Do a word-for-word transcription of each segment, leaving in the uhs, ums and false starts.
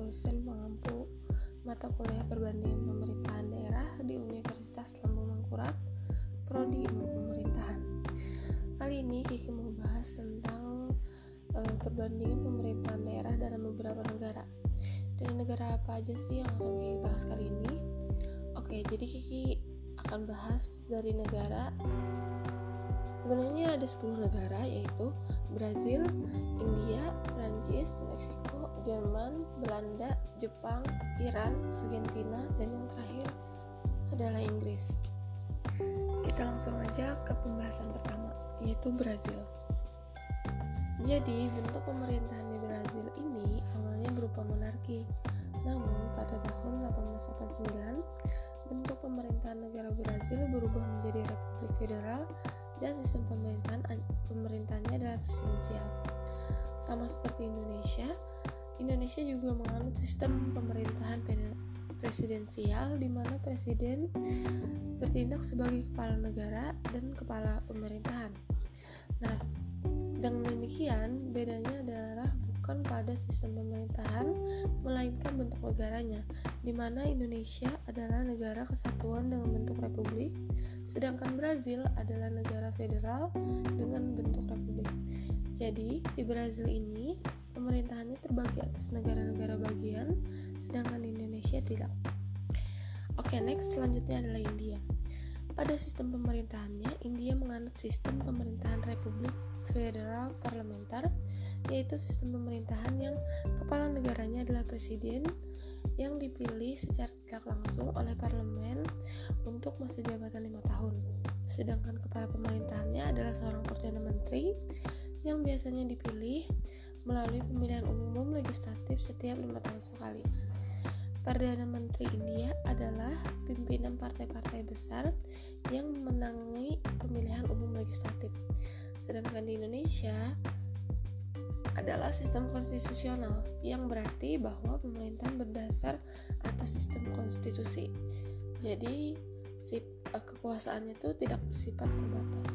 dosen pengampu mata kuliah perbandingan pemerintahan daerah di Universitas Lambung Mangkurat, Prodi Ilmu Pemerintahan. Kali ini Kiki mau bahas tentang e, perbandingan pemerintahan daerah dalam beberapa negara. Dan negara apa aja sih yang akan Kiki bahas kali ini? Oke, jadi Kiki akan bahas dari negara. Sebenarnya ada sepuluh negara, yaitu Brazil, India, Prancis, Meksiko, Jerman, Belanda, Jepang, Iran, Argentina, dan yang terakhir adalah Inggris. Kita langsung aja ke pembahasan pertama, yaitu Brazil. Jadi bentuk pemerintahan di Brazil ini awalnya berupa monarki, namun pada tahun delapan belas delapan puluh sembilan bentuk pemerintahan negara Brazil berubah menjadi Republik Federal dan sistem pemerintahan pemerintahannya adalah presidensial. Sama seperti Indonesia, Indonesia juga menganut sistem pemerintahan presidensial di mana presiden bertindak sebagai kepala negara dan kepala pemerintahan. Nah, dengan demikian bedanya adalah bukan pada sistem pemerintahan melainkan bentuk negaranya, di mana Indonesia adalah negara kesatuan dengan bentuk republik, sedangkan Brazil adalah negara federal dengan bentuk republik. Jadi di Brazil ini pemerintahannya terbagi atas negara-negara bagian, sedangkan di Indonesia tidak. Oke, next selanjutnya adalah India. Pada sistem pemerintahannya, India menganut sistem pemerintahan republik federal parlementer, yaitu sistem pemerintahan yang kepala negaranya adalah presiden yang dipilih secara tidak langsung oleh parlemen untuk masa jabatan lima tahun. Sedangkan kepala pemerintahannya adalah seorang perdana menteri yang biasanya dipilih melalui pemilihan umum legislatif setiap lima tahun sekali. Perdana Menteri India adalah pimpinan partai-partai besar yang memenangi pemilihan umum legislatif. Sedangkan di Indonesia adalah sistem konstitusional, yang berarti bahwa pemerintahan berdasar atas sistem konstitusi. Jadi si kekuasaannya itu tidak bersifat terbatas.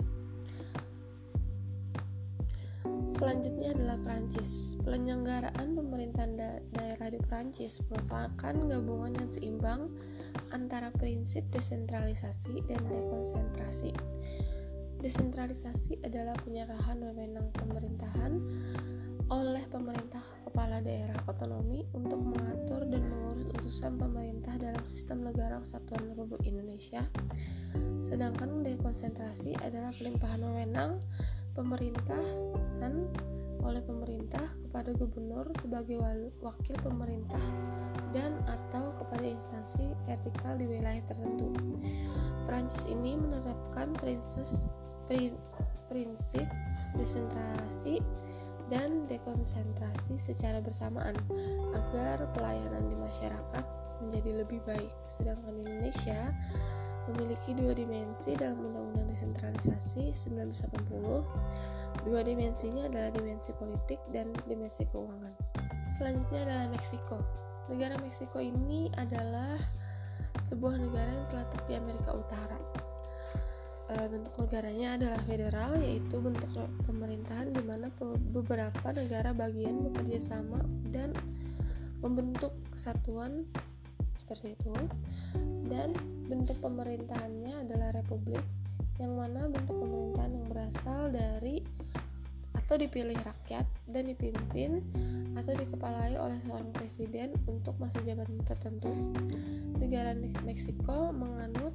Selanjutnya adalah Prancis. Penyelenggaraan pemerintahan da- daerah di Prancis merupakan gabungan yang seimbang antara prinsip desentralisasi dan dekonsentrasi. Desentralisasi adalah penyerahan wewenang pemerintahan oleh pemerintah kepala daerah otonomi untuk mengatur dan mengurus urusan pemerintah dalam sistem negara kesatuan Republik Indonesia. Sedangkan dekonsentrasi adalah pelimpahan wewenang pemerintahan oleh pemerintah kepada gubernur sebagai wakil pemerintah dan atau kepada instansi vertikal di wilayah tertentu. Prancis ini menerapkan prinsip, prinsip desentralisasi dan dekonsentrasi secara bersamaan agar pelayanan di masyarakat menjadi lebih baik. Sedangkan Indonesia memiliki dua dimensi dalam Undang-Undang Desentralisasi sembilan belas delapan puluh. Dua dimensinya adalah dimensi politik dan dimensi keuangan. Selanjutnya adalah Meksiko. Negara Meksiko ini adalah sebuah negara yang terletak di Amerika Utara. E, bentuk negaranya adalah federal, yaitu bentuk pemerintahan di mana beberapa negara bagian bekerja sama dan membentuk kesatuan seperti itu. Dan bentuk pemerintahannya adalah republik, yang mana bentuk pemerintahan yang berasal dari atau dipilih rakyat dan dipimpin atau dikepalai oleh seorang presiden untuk masa jabatan tertentu. Negara Meksiko menganut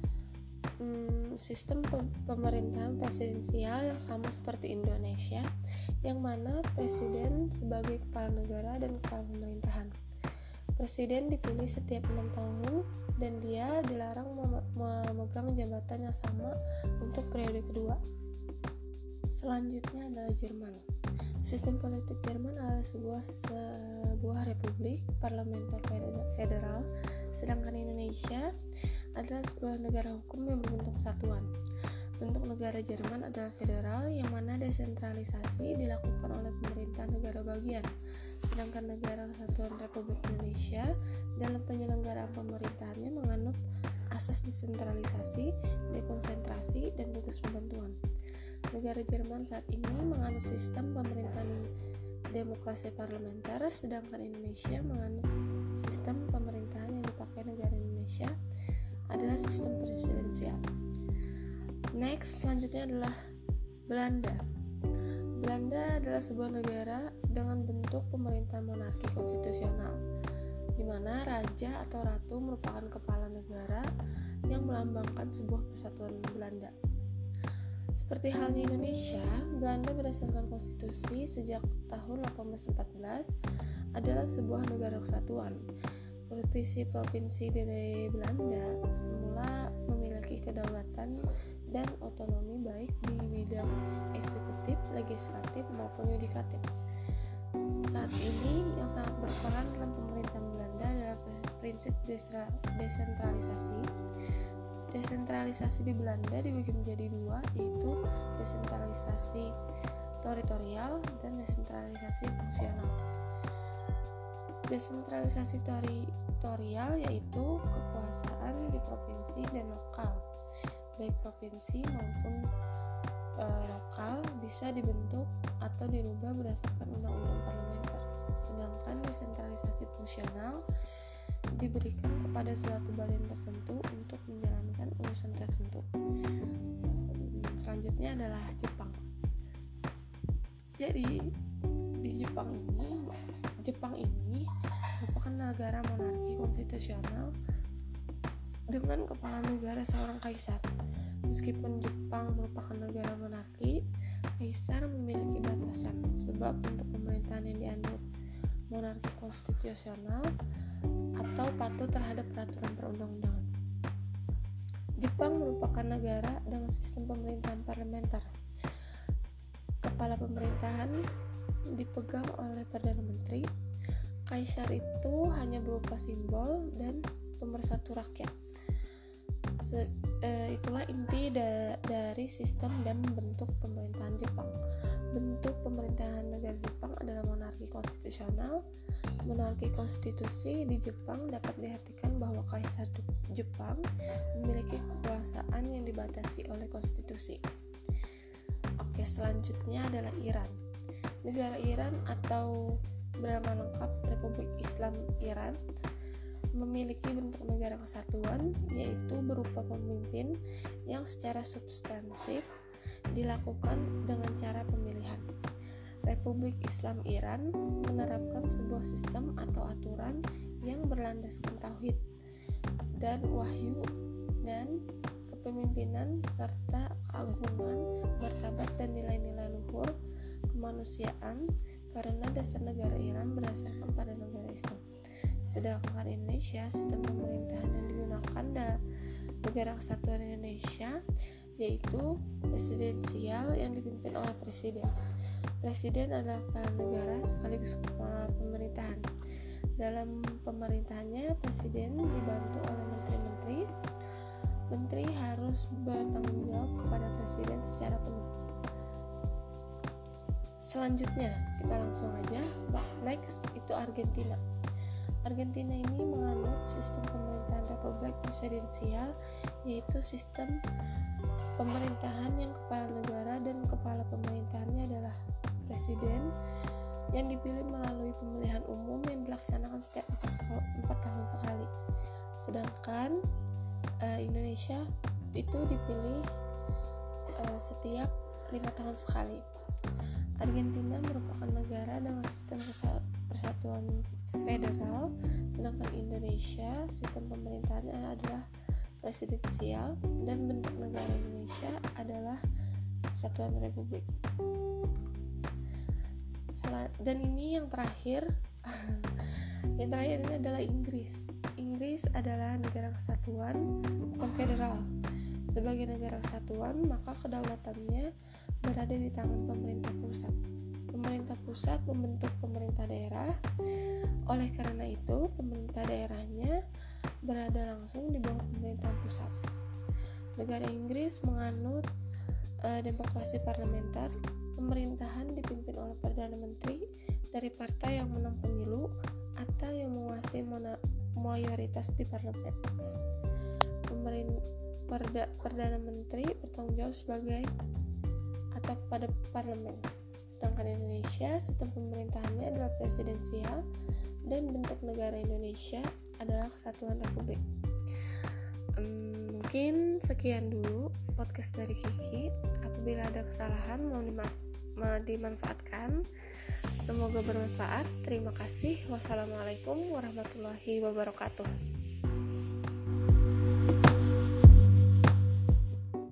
hmm, sistem pemerintahan presidensial yang sama seperti Indonesia, yang mana presiden sebagai kepala negara dan kepala pemerintahan. Presiden dipilih setiap enam tahun dan dia dilarang mem- memegang jabatan yang sama untuk periode kedua. Selanjutnya adalah Jerman. Sistem politik Jerman adalah sebuah sebuah republik parlementer federal, sedangkan Indonesia adalah sebuah negara hukum yang berbentuk kesatuan. Bentuk negara Jerman adalah federal, yang mana desentralisasi dilakukan oleh pemerintah negara bagian. Sedangkan negara kesatuan Republik Indonesia dalam penyelenggaraan pemerintahannya menganut asas desentralisasi, dekonsentrasi, dan tugas pembantuan. Negara Jerman saat ini menganut sistem pemerintahan demokrasi parlementer, sedangkan Indonesia menganut sistem pemerintahan yang dipakai negara Indonesia adalah sistem presidensial. Next, selanjutnya adalah Belanda. Belanda adalah sebuah negara dengan bentuk pemerintahan monarki konstitusional, di mana raja atau ratu merupakan kepala negara yang melambangkan sebuah persatuan Belanda. Seperti halnya Indonesia, Belanda berdasarkan konstitusi sejak tahun delapan belas empat belas adalah sebuah negara kesatuan. Provinsi-provinsi dari Belanda semula memiliki kedaulatan dan otonomi baik di bidang eksekutif, legislatif maupun yudikatif. Saat ini yang sangat berperan dalam pemerintahan Belanda adalah prinsip desentralisasi. Desentralisasi di Belanda dibagi menjadi dua, yaitu desentralisasi teritorial dan desentralisasi fungsional. Desentralisasi teritorial yaitu kekuasaan di provinsi dan lokal, baik provinsi maupun e, lokal bisa dibentuk atau dirubah berdasarkan undang-undang parlementer. Sedangkan desentralisasi fungsional diberikan kepada suatu badan tertentu untuk menjalankan urusan tertentu. Selanjutnya adalah Jepang. Jadi di Jepang ini, Jepang ini merupakan negara monarki konstitusional dengan kepala negara seorang kaisar. Meskipun Jepang merupakan negara monarki, kaisar memiliki batasan, sebab untuk pemerintahan yang dianut monarki konstitusional atau patuh terhadap peraturan perundang-undangan. Jepang merupakan negara dengan sistem pemerintahan parlementer. Kepala pemerintahan dipegang oleh Perdana Menteri. Kaisar itu hanya berupa simbol dan pemersatu rakyat. Se- e, itulah inti da- dari sistem dan bentuk pemerintahan Jepang. Bentuk pemerintahan negara Jepang adalah monarki konstitusional. Monarki konstitusi di Jepang dapat diartikan bahwa kaisar Jepang memiliki kekuasaan yang dibatasi oleh konstitusi. Oke, selanjutnya adalah Iran. Negara Iran atau bernama lengkap Republik Islam Iran memiliki bentuk negara kesatuan, yaitu berupa pemimpin yang secara substansif dilakukan dengan cara pemilihan. Republik Islam Iran menerapkan sebuah sistem atau aturan yang berlandaskan tauhid dan wahyu dan kepemimpinan serta keagungan, martabat dan nilai-nilai luhur kemanusiaan, karena dasar negara Iran berdasarkan pada negara Islam. Sedangkan Indonesia, sistem pemerintahan yang digunakan dalam negara kesatuan Indonesia yaitu presidensial yang dipimpin oleh presiden. Presiden adalah kepala negara sekaligus kepala pemerintahan. Dalam pemerintahannya, presiden dibantu oleh menteri-menteri. Menteri harus bertanggung jawab kepada presiden secara penuh. Selanjutnya, kita langsung aja. Next, itu Argentina. Argentina ini menganut sistem pemerintahan republik presidensial, yaitu sistem pemerintahan yang kepala negara dan kepala pemerintahannya adalah presiden yang dipilih melalui pemilihan umum yang dilaksanakan setiap empat tahun sekali. Sedangkan uh, Indonesia itu dipilih uh, setiap lima tahun sekali. Argentina merupakan negara dengan sistem persatuan federal, sedangkan Indonesia sistem pemerintahannya adalah presidensial dan bentuk negara Indonesia adalah Kesatuan Republik. Dan ini yang terakhir, yang terakhir ini adalah Inggris. Inggris adalah negara kesatuan, bukan federal. Sebagai negara kesatuan, maka kedaulatannya berada di tangan pemerintah pusat. Pemerintah pusat membentuk pemerintah daerah. Oleh karena itu, pemerintah daerahnya berada langsung di bawah pemerintahan pusat. Negara Inggris menganut uh, demokrasi parlementer. Pemerintahan dipimpin oleh Perdana Menteri dari partai yang menang pemilu atau yang menguasai mona- mayoritas di parlemen. Pemerin- Perda- Perdana Menteri bertanggung jawab sebagai atau kepada parlemen. Sedangkan Indonesia, sistem pemerintahannya adalah presidensial dan bentuk negara Indonesia adalah kesatuan republik. Hmm, mungkin sekian dulu podcast dari Kiki. Apabila ada kesalahan mohon dima- dimanfaatkan. Semoga bermanfaat. Terima kasih. Wassalamualaikum warahmatullahi wabarakatuh.